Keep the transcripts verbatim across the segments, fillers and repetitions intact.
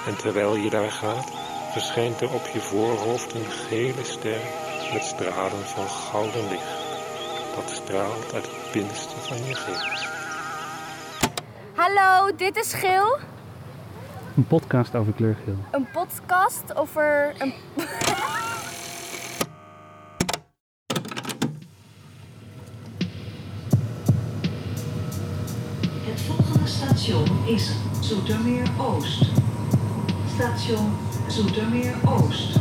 En terwijl je daar gaat, verschijnt er op je voorhoofd een gele ster met stralen van gouden licht. Dat straalt uit het binnenste van je geest. Hallo, dit is Geel. Een podcast over kleurgeel. Een podcast over een... Het volgende station is Zoetermeer Oost. Station Zoetermeer Oost.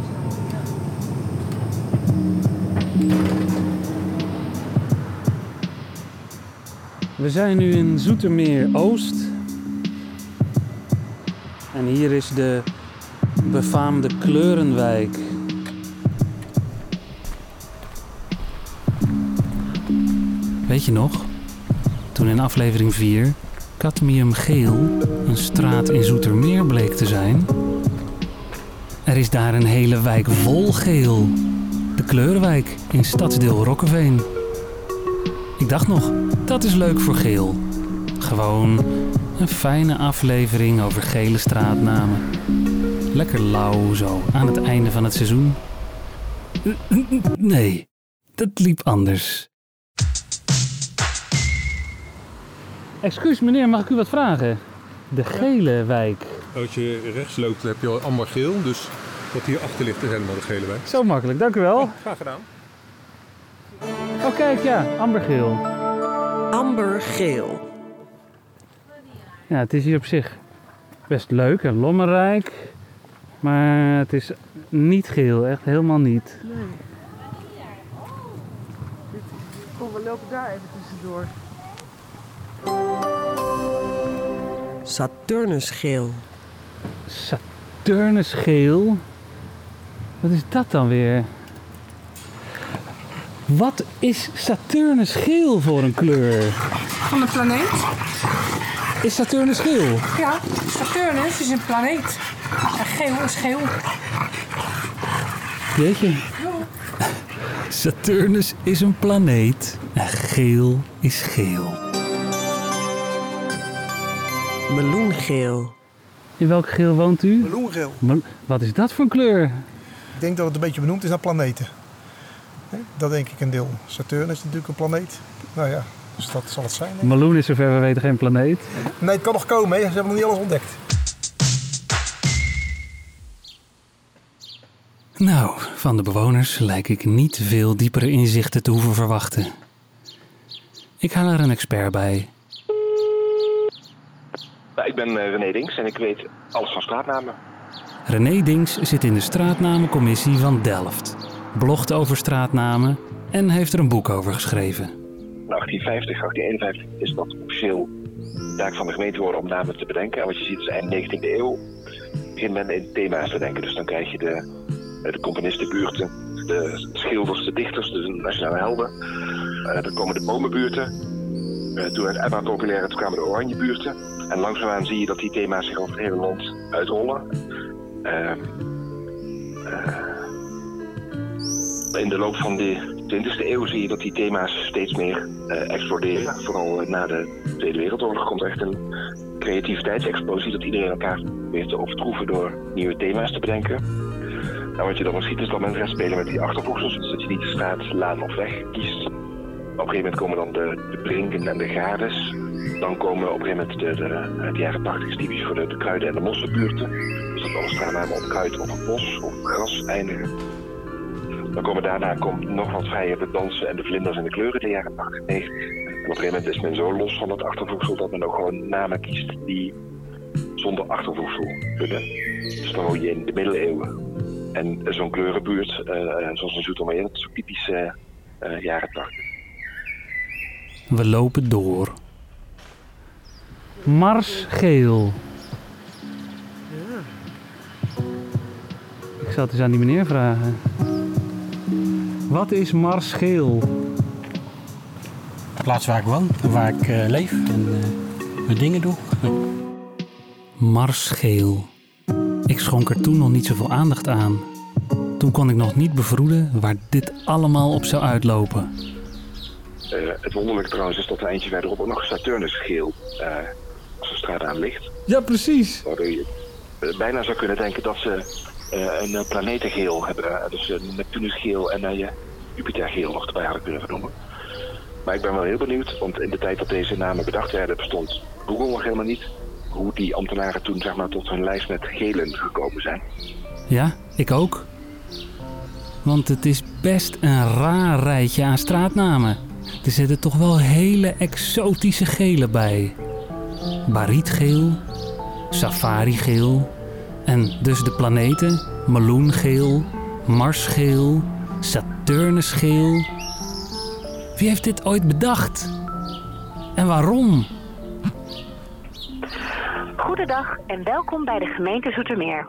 We zijn nu in Zoetermeer Oost. En hier is de befaamde Kleurenwijk. Weet je nog? Toen in aflevering vier cadmiumgeel een straat in Zoetermeer bleek te zijn. Er is daar een hele wijk vol geel. De Kleurenwijk in stadsdeel Rokkeveen. Ik dacht nog, dat is leuk voor geel. Gewoon een fijne aflevering over gele straatnamen. Lekker lauw zo, aan het einde van het seizoen. Nee, dat liep anders. Excuus meneer, mag ik u wat vragen? De gele wijk. Als je rechts loopt, dan heb je al ambergeel. Dus wat hier achter ligt, is helemaal de gele wijk. Zo makkelijk, dank u wel. Ja, graag gedaan. Oh kijk, ja, ambergeel. Ambergeel. Ja, het is hier op zich best leuk en lommerrijk. Maar het is niet geel, echt helemaal niet. Nee. Kom, we lopen daar even tussendoor. Saturnusgeel. Saturnusgeel? Wat is dat dan weer? Wat is Saturnusgeel voor een kleur? Van de planeet? Is Saturnus geel? Ja, Saturnus is een planeet. En geel is geel. Jeetje. Saturnus is een planeet en geel is geel. Meloengeel. In welk geel woont u? Meloengeel. Me- Wat is dat voor een kleur? Ik denk dat het een beetje benoemd is naar planeten. Hè? Dat denk ik een deel. Saturnus is natuurlijk een planeet. Nou ja, dus dat zal het zijn. Hè? Meloen is zover we weten geen planeet. Nee, het kan nog komen. Hè? Ze hebben nog niet alles ontdekt. Nou, van de bewoners lijk ik niet veel diepere inzichten te hoeven verwachten. Ik haal er een expert bij. Ik ben uh, René Dinks en ik weet alles van straatnamen. René Dinks zit in de straatnamencommissie van Delft. Blogt over straatnamen en heeft er een boek over geschreven. In achttien vijftig, achttien eenenvijftig is dat officieel taak van de gemeente worden om namen te bedenken. En wat je ziet is eind negentiende eeuw begint men in thema's te denken. Dus dan krijg je de, de componistenbuurten, de schilders, de dichters, de nationale helden. Uh, dan komen de bomenbuurten. Uh, toen werd Emma populair en toen kwamen de oranjebuurten. En langzaamaan zie je dat die thema's zich over het hele land uitrollen. Uh, uh, in de loop van de twintigste eeuw zie je dat die thema's steeds meer uh, exploderen. Vooral uh, na de Tweede Wereldoorlog komt er echt een creativiteitsexplosie. Dat iedereen elkaar probeert te overtroeven door nieuwe thema's te bedenken. En wat je dan nog ziet is dat men gaat spelen met die achtervoegsels. Dus dat je niet de straat, laan of weg kiest. Op een gegeven moment komen dan de, de brinken en de gades. Dan komen op een gegeven moment de, de, de jaren tachtig is typisch voor de, de kruiden- en de mossenbuurten. Dus dat alle straatnamen op kruid of op bos of op gras eindigen. Dan komen daarna komt nog wat vrijer de dansen en de vlinders en de kleuren de jaren tachtig, negentig. En op een gegeven moment is men zo los van dat achtervoegsel dat men ook gewoon namen kiest die zonder achtervoegsel kunnen. Dus dan woon je in de middeleeuwen. En zo'n kleurenbuurt, uh, zoals in Zoetermeer, dat is ook typisch uh, uh, jaren tachtig. We lopen door. Marsgeel. Ja. Ik zal het eens aan die meneer vragen. Wat is marsgeel? De plaats waar ik woon en waar ik uh, leef en uh, mijn dingen doe. Marsgeel. Ik schonk er toen nog niet zoveel aandacht aan. Toen kon ik nog niet bevroeden waar dit allemaal op zou uitlopen. Uh, het wonderlijke trouwens is dat een eindje verderop ook nog Saturnusgeel uh, als de straat aan ligt. Ja, precies. Waardoor je uh, bijna zou kunnen denken dat ze uh, een uh, planetengeel hebben. Uh, dus uh, Neptunusgeel en uh, Jupitergeel nog erbij hadden kunnen vernoemen. Maar ik ben wel heel benieuwd, want in de tijd dat deze namen bedacht werden bestond Google nog helemaal niet. Hoe die ambtenaren toen zeg maar, tot hun lijst met gelen gekomen zijn. Ja, ik ook. Want het is best een raar rijtje aan straatnamen. Er zitten toch wel hele exotische gelen bij. Barietgeel, safarigeel en dus de planeten meloengeel, marsgeel, saturnusgeel. Wie heeft dit ooit bedacht? En waarom? Goedendag en welkom bij de gemeente Zoetermeer.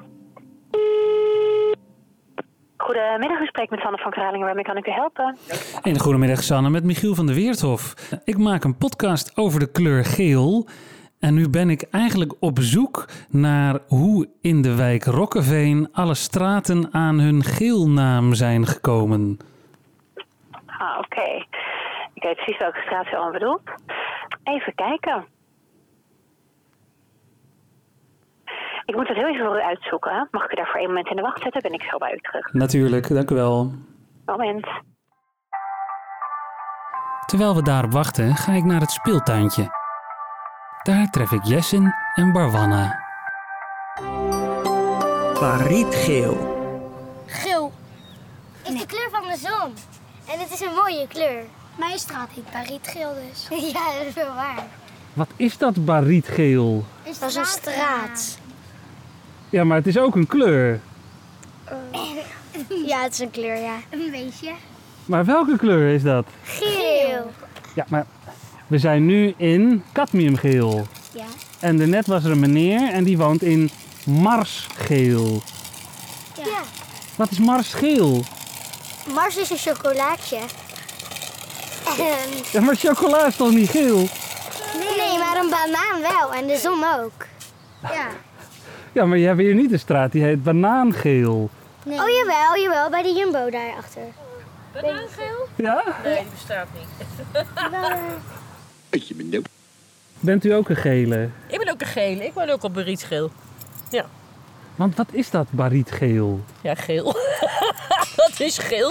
Goedemiddag, u spreekt met Sanne van Kralingen. Waarmee kan ik u helpen? Een goedemiddag, Sanne, met Michiel van der Weerthof. Ik maak een podcast over de kleur geel. En nu ben ik eigenlijk op zoek naar hoe in de wijk Rokkeveen alle straten aan hun geelnaam zijn gekomen. Ah, oké. Okay. Ik weet precies welke straat u allemaal bedoelt. Even kijken. Ik moet het heel even voor u uitzoeken. Mag ik u daarvoor één moment in de wacht zetten? Ben ik zo bij u terug. Natuurlijk, dank u wel. Moment. Terwijl we daarop wachten, ga ik naar het speeltuintje. Daar tref ik Jessen en Barwanna. Barietgeel. Geel is de kleur van de zon. En het is een mooie kleur. Mijn straat heet barietgeel dus. Ja, dat is wel waar. Wat is dat barietgeel? Dat is een straat. Ja, maar het is ook een kleur. Uh, ja, het is een kleur, ja. Een beetje. Maar welke kleur is dat? Geel. Ja, maar we zijn nu in cadmiumgeel. Ja. En daarnet was er een meneer en die woont in marsgeel. Ja. ja. Wat is marsgeel? Mars is een chocolaatje. En... Ja, maar chocola is toch niet geel? Nee, nee, maar een banaan wel. En de zon ook. Ja. Ja, maar je hebt hier niet een straat die heet banaangeel. Nee. Oh jawel, jawel, bij de Jumbo daarachter. Banaangeel? Ja? Nee, die bestaat niet. Bent u ook een gele? Ik ben ook een gele, ik ben ook op barietgeel. Ja. Want wat is dat barietgeel? Ja, geel. Wat is geel?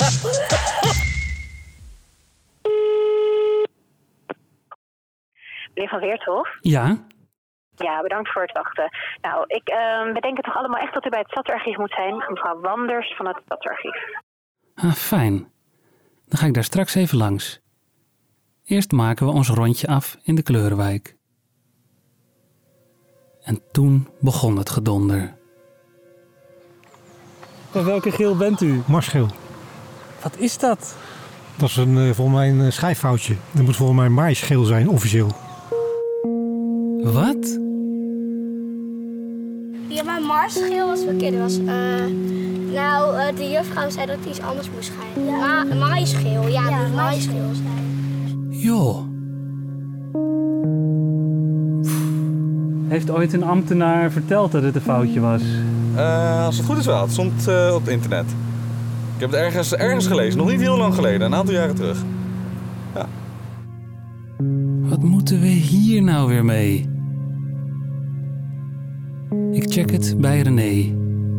Meneer Van Weerthof? Ja? Ja, bedankt voor het wachten. Nou, ik uh, we denken toch allemaal echt dat u bij het Stadsarchief moet zijn. Mevrouw Wanders van het Stadsarchief. Ah, fijn. Dan ga ik daar straks even langs. Eerst maken we ons rondje af in de Kleurenwijk. En toen begon het gedonder. Van welke geel bent u? Marsgeel. Wat is dat? Dat is een, uh, volgens mij een schrijffoutje. Dat moet volgens mij maisgeel zijn, officieel. Wat? Ja, maar marsgeel was verkeerd. Was, uh, nou, uh, de juffrouw zei dat het iets anders moest schrijven. Ja. Ma- maisgeel, ja, ja maisgeel zijn. Joh. Heeft ooit een ambtenaar verteld dat het een foutje was? Uh, als het goed is wel. Het stond uh, op het internet. Ik heb het ergens, ergens gelezen. Nog niet heel lang geleden. Een aantal jaren terug. Ja. Wat moeten we hier nou weer mee? Ik check het bij René.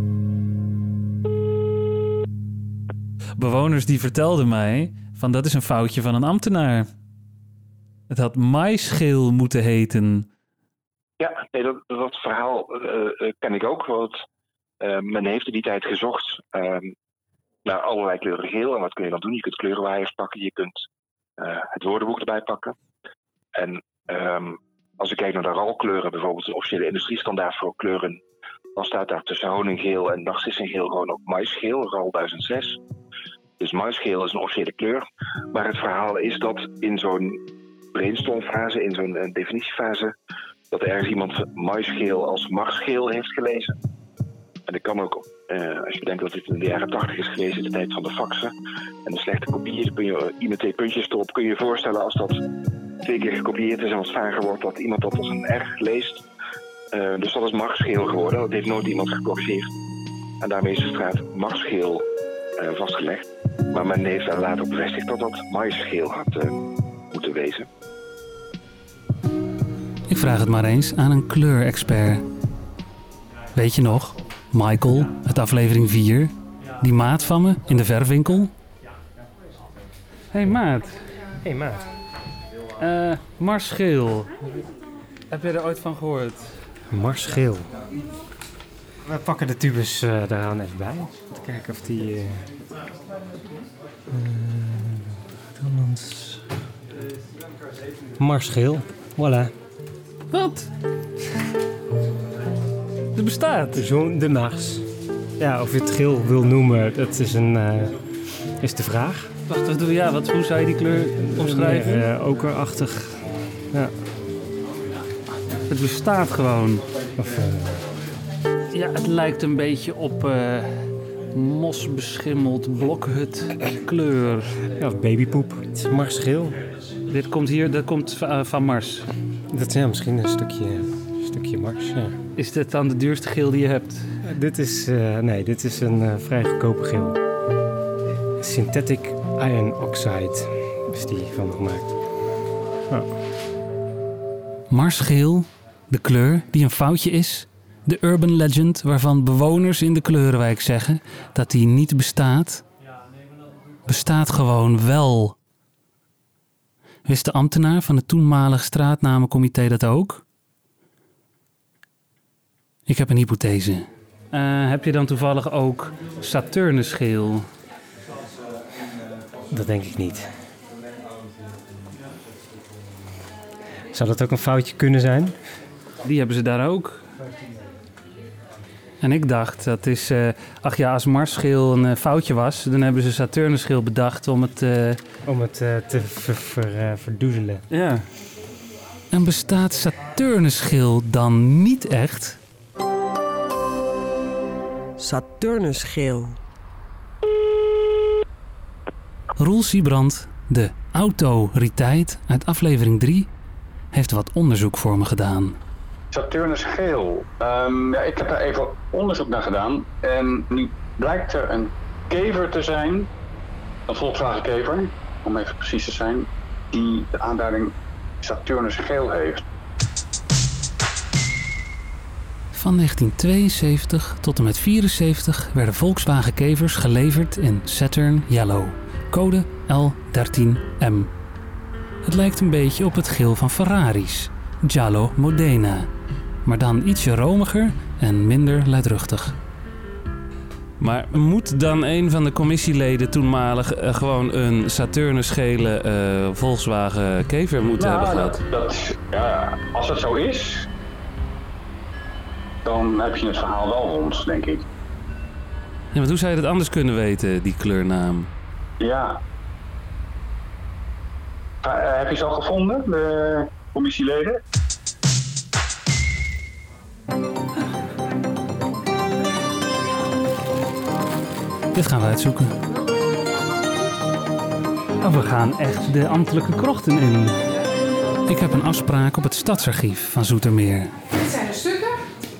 Bewoners die vertelden mij van dat is een foutje van een ambtenaar. Het had maisgeel moeten heten. Ja, nee, dat, dat verhaal uh, ken ik ook. Want uh, men heeft in die tijd gezocht uh, naar allerlei kleuren geel. En wat kun je dan doen? Je kunt kleurenwaaiers pakken. Je kunt uh, het woordenboek erbij pakken. En um, als ik kijk naar de R A L-kleuren, bijvoorbeeld de officiële industriestandaard voor kleuren, dan staat daar tussen honinggeel en narcissengeel gewoon ook maisgeel, R A L duizend zes. Dus maisgeel is een officiële kleur. Maar het verhaal is dat in zo'n brainstormfase, in zo'n uh, definitiefase, dat ergens iemand maisgeel als marsgeel heeft gelezen. En dat kan ook, uh, als je bedenkt dat dit in de jaren tachtig is geweest, in de tijd van de faxen en de slechte kopieën, dan kun je I M T puntjes erop, kun je je voorstellen als dat twee keer gekopieerd is en wat vager wordt, dat iemand dat als een R leest. Uh, dus dat is marsgeel geworden, dat heeft nooit iemand gecorrigeerd. En daarmee is de straat marsgeel uh, vastgelegd. Maar men heeft daar later op bevestigd dat dat maisgeel had uh, moeten wezen. Ik vraag het maar eens aan een kleurexpert. Weet je nog? Michael, uit aflevering vier. Die maat van me in de verfwinkel. Hey maat. Hey maat. Uh, Marsgeel. Heb je er ooit van gehoord? Marsgeel. We pakken de tubus uh, daar aan even bij. Om te kijken of die... Uh, uh, Marsgeel. Voilà. Wat? Het bestaat. Zo'n de Mars. Ja, of je het geel wil noemen, dat is, een, uh, is de vraag. Wacht, wat doe je? Ja, wat, hoe zou je die kleur omschrijven? Meer, uh, okerachtig. Ja. Het bestaat gewoon. Of, uh... Ja, het lijkt een beetje op uh, mosbeschimmeld blokhut kleur. Ja, of babypoep. Het is marsgeel. Dit komt hier, dat komt uh, van Mars. Dat is ja, misschien een stukje, een stukje Mars, ja. Is dit dan de duurste geel die je hebt? Uh, dit is, uh, nee, dit is een uh, vrij goedkope geel. Synthetic iron oxide is die van gemaakt. Oh. Marsgeel, de kleur die een foutje is. De urban legend waarvan bewoners in de Kleurenwijk zeggen dat die niet bestaat. Bestaat gewoon wel. Wist de ambtenaar van het toenmalige straatnamencomité dat ook? Ik heb een hypothese. Uh, heb je dan toevallig ook Saturnusgeel? Dat denk ik niet. Zou dat ook een foutje kunnen zijn? Die hebben ze daar ook. En ik dacht, dat is... Uh, ach ja, als Marsgeel een uh, foutje was... dan hebben ze Saturnusgeel bedacht om het... Uh, om het uh, te ver, ver, uh, verdoezelen. Ja. En bestaat Saturnusgeel dan niet echt? Saturnusgeel. Roel Siebrand, de autoriteit uit aflevering drie... heeft wat onderzoek voor me gedaan. Saturnusgeel. Um, ja, ik heb daar even onderzoek naar gedaan. En nu blijkt er een kever te zijn, een Volkswagen kever, om even precies te zijn, die de aanduiding Saturnusgeel heeft. Van negentien tweeënzeventig tot en met vierenzeventig werden Volkswagen kevers geleverd in Saturn Yellow, code L dertien M. Het lijkt een beetje op het geel van Ferraris, Giallo Modena, maar dan ietsje romiger en minder luidruchtig. Maar moet dan een van de commissieleden toenmalig uh, gewoon een Saturnusgele uh, Volkswagen kever moeten nou, hebben gehad? Dat, dat, ja, als dat zo is, dan heb je het verhaal wel rond, denk ik. Ja, maar hoe zou je dat anders kunnen weten, die kleurnaam? Ja. Uh, heb je ze al gevonden, de commissieleden? Dit gaan we uitzoeken. Oh, we gaan echt de ambtelijke krochten in. Ik heb een afspraak op het Stadsarchief van Zoetermeer. Dit zijn de stukken.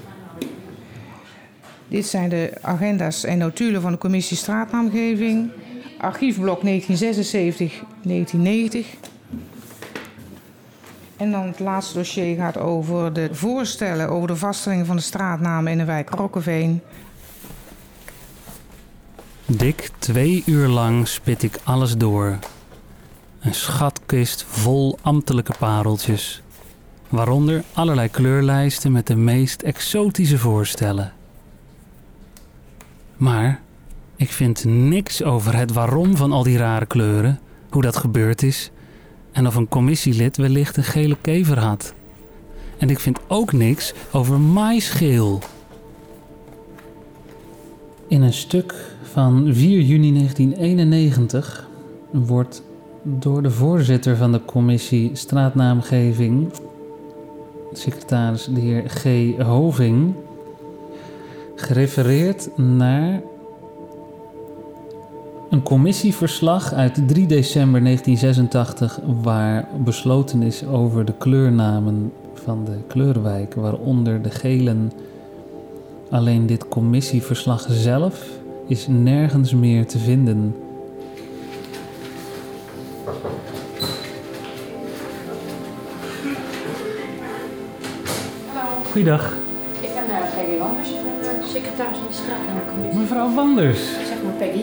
Dit zijn de agenda's en notulen van de commissie straatnaamgeving. Archiefblok negentien zesenzeventig negentien negentig. En dan het laatste dossier gaat over de voorstellen over de vaststelling van de straatnamen in de wijk Rokkeveen. Dik twee uur lang spit ik alles door. Een schatkist vol ambtelijke pareltjes. Waaronder allerlei kleurlijsten met de meest exotische voorstellen. Maar ik vind niks over het waarom van al die rare kleuren, hoe dat gebeurd is en of een commissielid wellicht een gele kever had. En ik vind ook niks over maisgeel. In een stuk van vier juni negentien eenennegentig wordt door de voorzitter van de commissie straatnaamgeving, secretaris de heer G. Hoving, gerefereerd naar een commissieverslag uit drie december negentien zesentachtig waar besloten is over de kleurnamen van de Kleurenwijk, waaronder de gelen. Alleen dit commissieverslag zelf is nergens meer te vinden. Goeiedag. Ik ben uh, G G Wanders. secretaris van de straatnaamcommissie. Mevrouw Wanders. Zeg maar Peggy.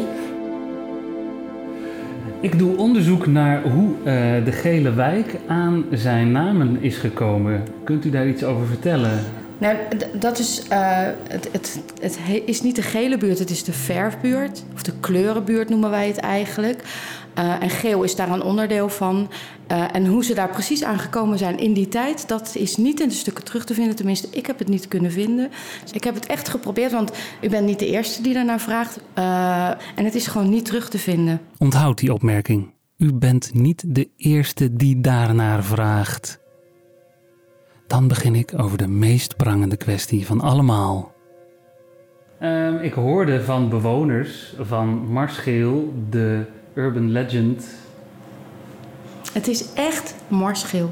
Ik doe onderzoek naar hoe uh, de Gele Wijk aan zijn namen is gekomen. Kunt u daar iets over vertellen? Nou, d- dat is, uh, het, het, het he- is niet de gele buurt, het is de verfbuurt. Of de kleurenbuurt noemen wij het eigenlijk. Uh, en geel is daar een onderdeel van. Uh, en hoe ze daar precies aan gekomen zijn in die tijd, dat is niet in de stukken terug te vinden. Tenminste, ik heb het niet kunnen vinden. Dus ik heb het echt geprobeerd, want u bent niet de eerste die daarnaar vraagt. Uh, en het is gewoon niet terug te vinden. Onthoud die opmerking. U bent niet de eerste die daarnaar vraagt. Dan begin ik over de meest prangende kwestie van allemaal. Um, ik hoorde van bewoners van Marsgeel, de urban legend. Het is echt marsgeel.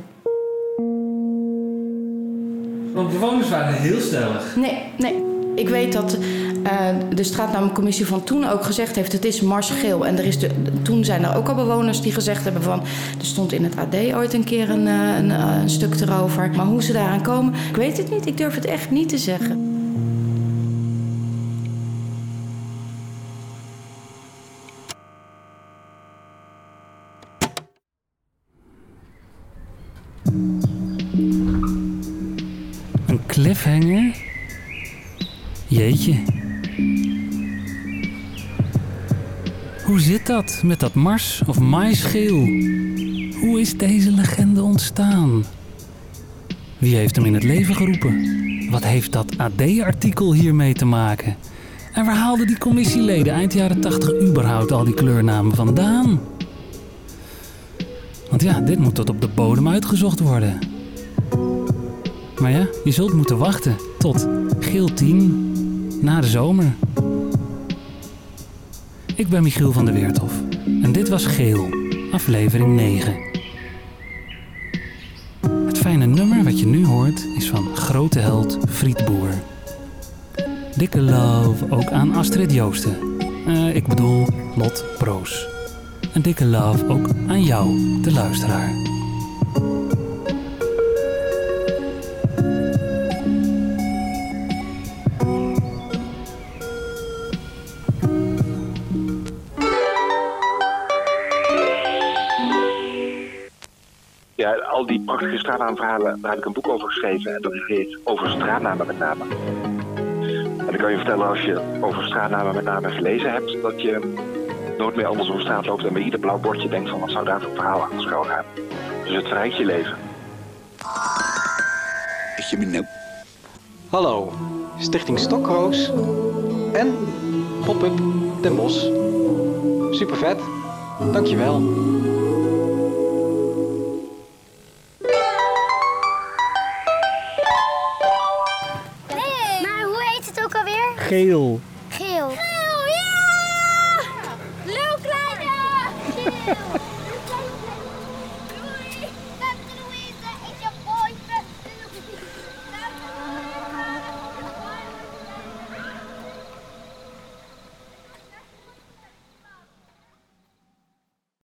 Want bewoners waren heel stellig. Nee, nee. Ik weet dat uh, de straatnaamcommissie van toen ook gezegd heeft... het is marsgeel. En er is de, toen zijn er ook al bewoners die gezegd hebben van... er stond in het A D ooit een keer een, een, een stuk erover. Maar hoe ze daaraan komen, ik weet het niet. Ik durf het echt niet te zeggen. Een cliffhanger? Jeetje. Hoe zit dat met dat mars- of maisgeel? Hoe is deze legende ontstaan? Wie heeft hem in het leven geroepen? Wat heeft dat A D-artikel hiermee te maken? En waar haalden die commissieleden eind jaren tachtig überhaupt al die kleurnamen vandaan? Want ja, dit moet tot op de bodem uitgezocht worden. Maar ja, je zult moeten wachten tot Geel tien, na de zomer. Ik ben Michiel van der Weerthof en dit was Geel, aflevering negen. Het fijne nummer wat je nu hoort is van grote held Friet Boer. Dikke love ook aan Astrid Joosten. Uh, ik bedoel Lot Broos. Een dikke love ook aan jou, de luisteraar. Ja, al die prachtige straatnaamverhalen, daar heb ik een boek over geschreven. En dat heet Over straatnamen met name. En ik kan je vertellen, als je over straatnamen met name gelezen hebt, dat je nooit meer anders over straat loopt en bij ieder blauw bordje denkt van wat zou daar voor verhaal aan schuil gaan. Dus het verrijkt je leven. Is je nou? Hallo, Stichting Stokroos en Pop-up Den Bosch. Super vet, dankjewel. Nee, maar hoe heet het ook alweer? Geel. Geel. Geel, ja! Leeuw Kleine! Geel!